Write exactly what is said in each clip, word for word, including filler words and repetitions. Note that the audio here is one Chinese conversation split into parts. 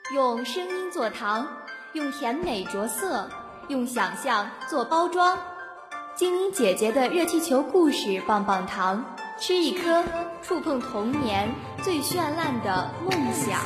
用声音做糖，用甜美着色，用想象做包装。精灵姐姐的热气球故事棒棒糖，吃一颗，触碰童年最绚烂的梦想。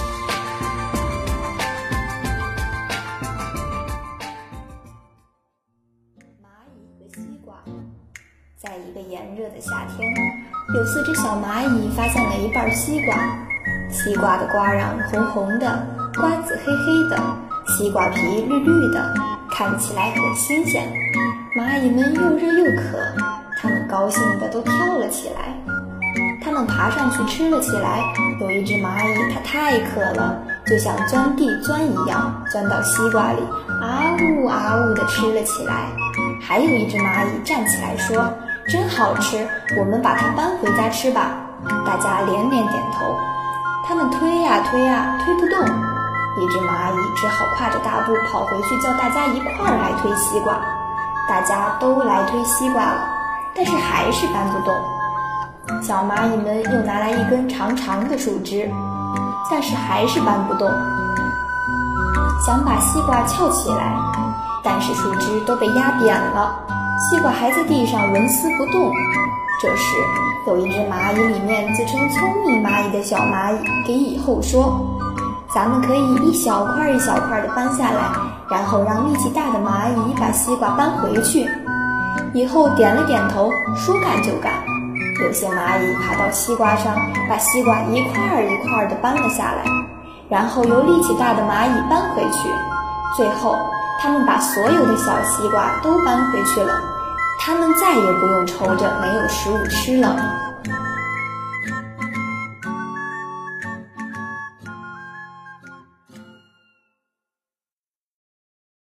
蚂蚁和西瓜。在一个炎热的夏天，有四只小蚂蚁发现了一半西瓜。西瓜的瓜瓤红红的，瓜子黑黑的，西瓜皮绿绿的，看起来很新鲜。蚂蚁们又热又渴，它们高兴的都跳了起来。它们爬上去吃了起来。有一只蚂蚁，它太渴了，就像钻地钻一样，钻到西瓜里，啊呜啊呜地吃了起来。还有一只蚂蚁站起来说：“真好吃，我们把它搬回家吃吧。”大家连连点头。他们推呀推呀，推不动。一只蚂蚁只好跨着大步跑回去，叫大家一块儿来推西瓜。大家都来推西瓜了，但是还是搬不动。小蚂蚁们又拿来一根长长的树枝，但是还是搬不动。想把西瓜翘起来，但是树枝都被压扁了，西瓜还在地上纹丝不动。这时，有一只蚂蚁里面自称聪明蚂蚁的小蚂蚁给蚁后说：“咱们可以一小块一小块的搬下来，然后让力气大的蚂蚁把西瓜搬回去。”蚁后点了点头，说干就干。有些蚂蚁爬到西瓜上，把西瓜一块一块的搬了下来，然后由力气大的蚂蚁搬回去。最后，他们把所有的小西瓜都搬回去了。他们再也不用愁着没有食物吃了。